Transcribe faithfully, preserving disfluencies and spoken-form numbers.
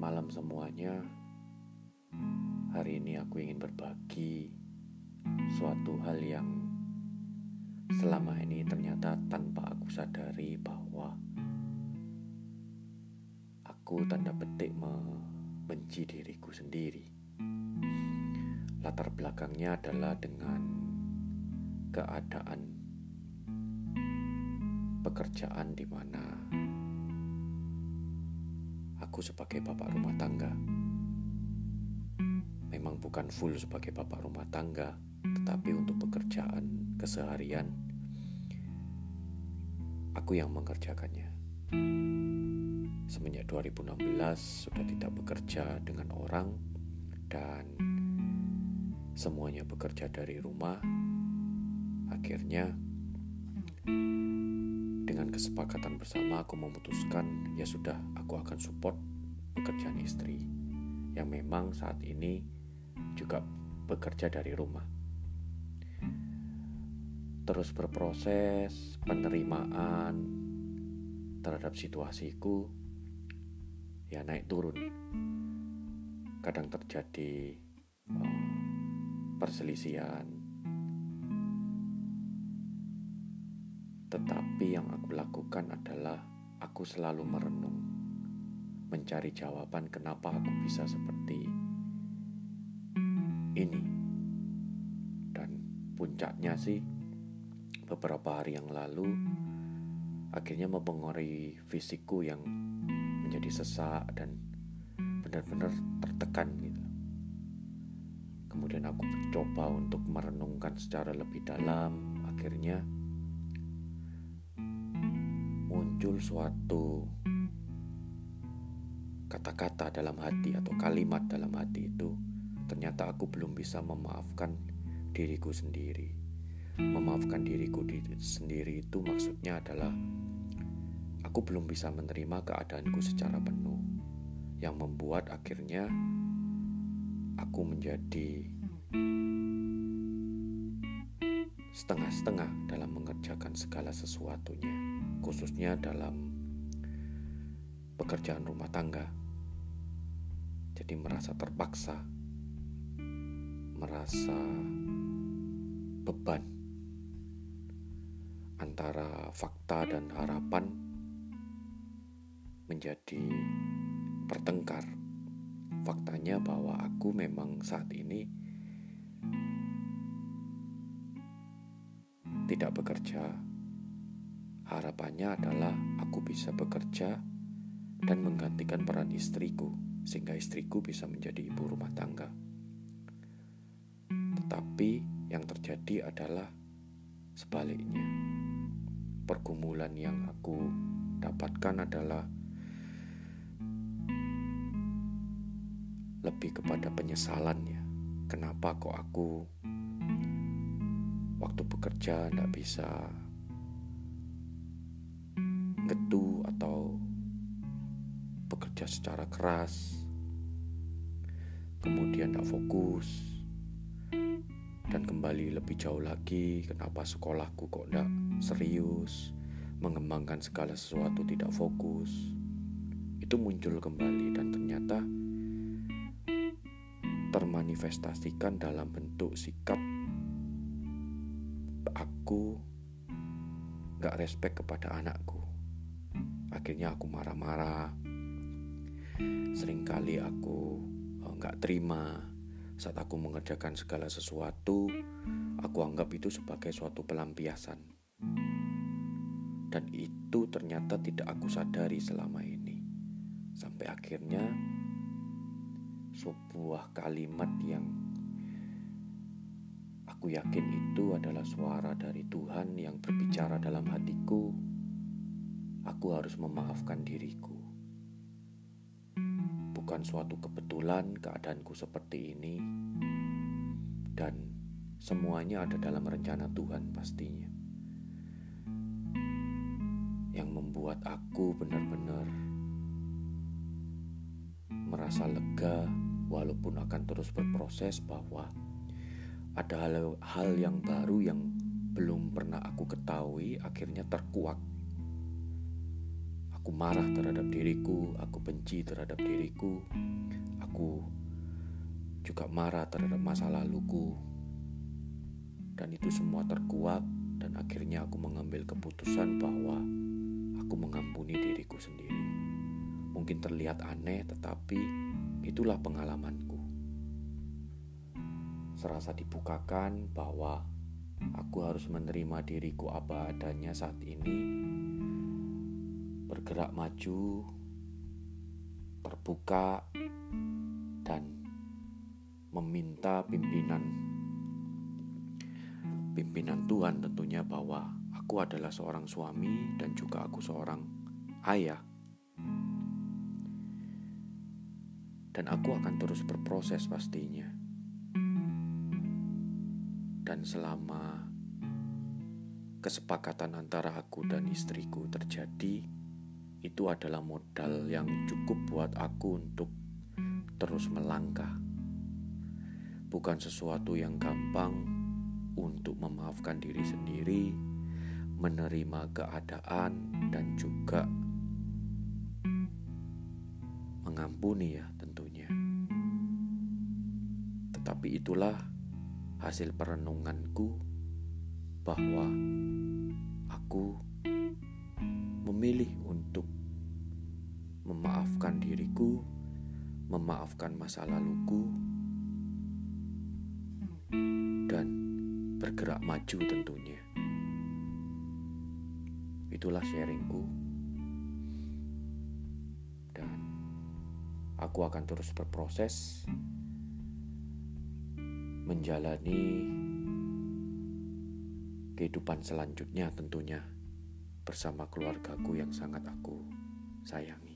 Malam semuanya. Hari ini aku ingin berbagi suatu hal yang selama ini ternyata tanpa aku sadari bahwa aku tanda petik membenci diriku sendiri. Latar belakangnya adalah dengan keadaan pekerjaan di mana aku sebagai bapak rumah tangga. Memang bukan full sebagai bapak rumah tangga, tetapi untuk pekerjaan keseharian aku yang mengerjakannya. Semenjak dua ribu enam belas sudah tidak bekerja dengan orang dan semuanya bekerja dari rumah. Akhirnya dengan kesepakatan bersama aku memutuskan ya sudah, aku akan support pekerjaan istri yang memang saat ini juga bekerja dari rumah. Terus berproses penerimaan terhadap situasiku ya naik turun. Kadang terjadi uh, perselisihan, tetapi yang aku lakukan adalah aku selalu merenung, mencari jawaban kenapa aku bisa seperti ini. Dan puncaknya sih beberapa hari yang lalu akhirnya mempengaruhi fisikku yang menjadi sesak dan benar-benar tertekan gitu. Kemudian aku mencoba untuk merenungkan secara lebih dalam. Akhirnya muncul suatu kata-kata dalam hati atau kalimat dalam hati itu. Ternyata aku belum bisa memaafkan diriku sendiri. Memaafkan diriku diri sendiri itu maksudnya adalah aku belum bisa menerima keadaanku secara penuh, yang membuat akhirnya aku menjadi setengah-setengah dalam mengerjakan segala sesuatunya, khususnya dalam pekerjaan rumah tangga. Jadi merasa terpaksa, merasa beban antara fakta dan harapan menjadi bertengkar. Faktanya bahwa aku memang saat ini tidak bekerja. Harapannya adalah aku bisa bekerja dan menggantikan peran istriku, sehingga istriku bisa menjadi ibu rumah tangga. Tetapi yang terjadi adalah sebaliknya. Pergumulan yang aku dapatkan adalah lebih kepada penyesalannya. Kenapa kok aku waktu bekerja tidak bisa ngetu atau bekerja secara keras, kemudian tidak fokus. Dan kembali lebih jauh lagi, kenapa sekolahku kok tidak serius, mengembangkan segala sesuatu tidak fokus. Itu muncul kembali dan ternyata termanifestasikan dalam bentuk sikap aku gak respect kepada anakku. Akhirnya aku marah-marah. Seringkali aku gak terima saat aku mengerjakan segala sesuatu. Aku anggap itu sebagai suatu pelampiasan. Dan itu ternyata tidak aku sadari selama ini. Sampai akhirnya sebuah kalimat yang aku yakin itu adalah suara dari Tuhan yang berbicara dalam hatiku. Aku harus memaafkan diriku. Bukan suatu kebetulan keadaanku seperti ini, dan semuanya ada dalam rencana Tuhan pastinya, yang membuat aku benar-benar merasa lega, walaupun akan terus berproses, bahwa ada hal, hal yang baru yang belum pernah aku ketahui akhirnya terkuak. Aku marah terhadap diriku, aku benci terhadap diriku, aku juga marah terhadap masa laluku. Dan itu semua terkuak, dan akhirnya aku mengambil keputusan bahwa aku mengampuni diriku sendiri. Mungkin terlihat aneh, tetapi itulah pengalamanku. Serasa dibukakan bahwa aku harus menerima diriku apa adanya saat ini, bergerak maju, terbuka, dan meminta pimpinan pimpinan Tuhan tentunya bahwa aku adalah seorang suami dan juga aku seorang ayah. Dan aku akan terus berproses pastinya. Dan selama kesepakatan antara aku dan istriku terjadi, itu adalah modal yang cukup buat aku untuk terus melangkah. Bukan sesuatu yang gampang untuk memaafkan diri sendiri, menerima keadaan, dan juga mengampuni ya tentunya. Tetapi itulah hasil perenunganku bahwa aku memilih untuk memaafkan diriku, memaafkan masa laluku, dan bergerak maju tentunya. Itulah sharingku, dan aku akan terus berproses menjalani kehidupan selanjutnya tentunya bersama keluargaku yang sangat aku sayangi.